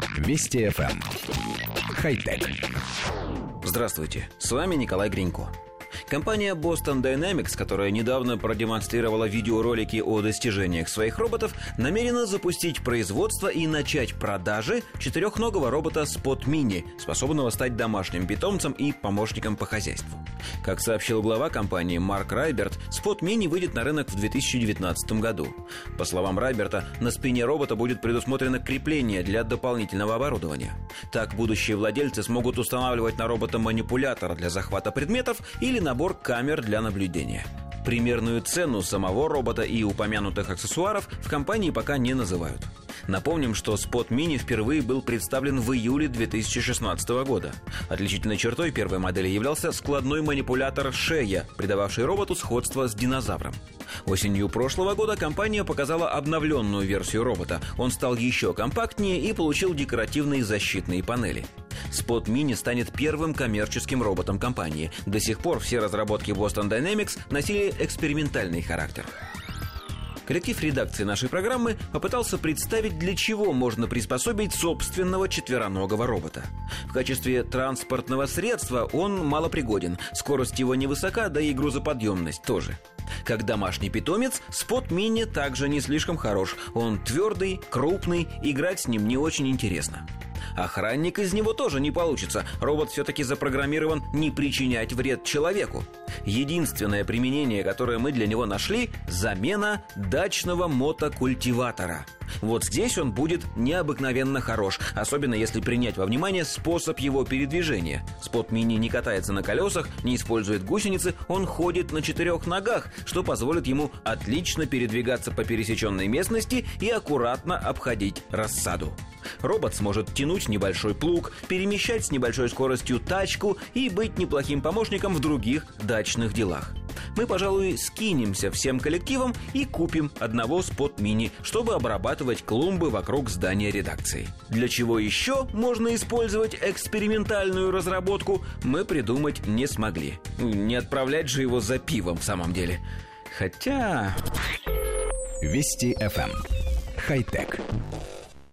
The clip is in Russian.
Вести ФМ. Хай-тек. Здравствуйте, с вами Николай Гринько. Компания Boston Dynamics, которая недавно продемонстрировала видеоролики о достижениях своих роботов, намерена запустить производство и начать продажи четырехногого робота Spot Mini, способного стать домашним питомцем и помощником по хозяйству. Как сообщил глава компании Марк Райберт, Spot Mini выйдет на рынок в 2019 году. По словам Райберта, на спине робота будет предусмотрено крепление для дополнительного оборудования. Так будущие владельцы смогут устанавливать на робота манипулятор для захвата предметов или набор камер для наблюдения. Примерную цену самого робота и упомянутых аксессуаров в компании пока не называют. Напомним, что Spot Mini впервые был представлен в июле 2016 года. Отличительной чертой первой модели являлся складной манипулятор «Шея», придававший роботу сходство с динозавром. Осенью прошлого года компания показала обновленную версию робота. Он стал еще компактнее и получил декоративные защитные панели. Spot Mini станет первым коммерческим роботом компании. До сих пор все разработки Boston Dynamics носили экспериментальный характер. Коллектив редакции нашей программы попытался представить, для чего можно приспособить собственного четвероногого робота. В качестве транспортного средства он малопригоден, скорость его невысока, да и грузоподъемность тоже. Как домашний питомец, Spot Mini также не слишком хорош. Он твердый, крупный, играть с ним не очень интересно. Охранник из него тоже не получится. Робот все-таки запрограммирован не причинять вред человеку. Единственное применение, которое мы для него нашли – замена дачного мотокультиватора. Вот здесь он будет необыкновенно хорош, особенно если принять во внимание способ его передвижения. Spot Mini не катается на колесах, не использует гусеницы, он ходит на 4 ногах, что позволит ему отлично передвигаться по пересеченной местности и аккуратно обходить рассаду. Робот сможет тянуть небольшой плуг, перемещать с небольшой скоростью тачку и быть неплохим помощником в других дачных делах. Мы, пожалуй, скинемся всем коллективом и купим одного Spot Mini, чтобы обрабатывать клумбы вокруг здания редакции. Для чего еще можно использовать экспериментальную разработку, мы придумать не смогли. Не отправлять же его за пивом в самом деле. Хотя... Вести ФМ. Хай-тек.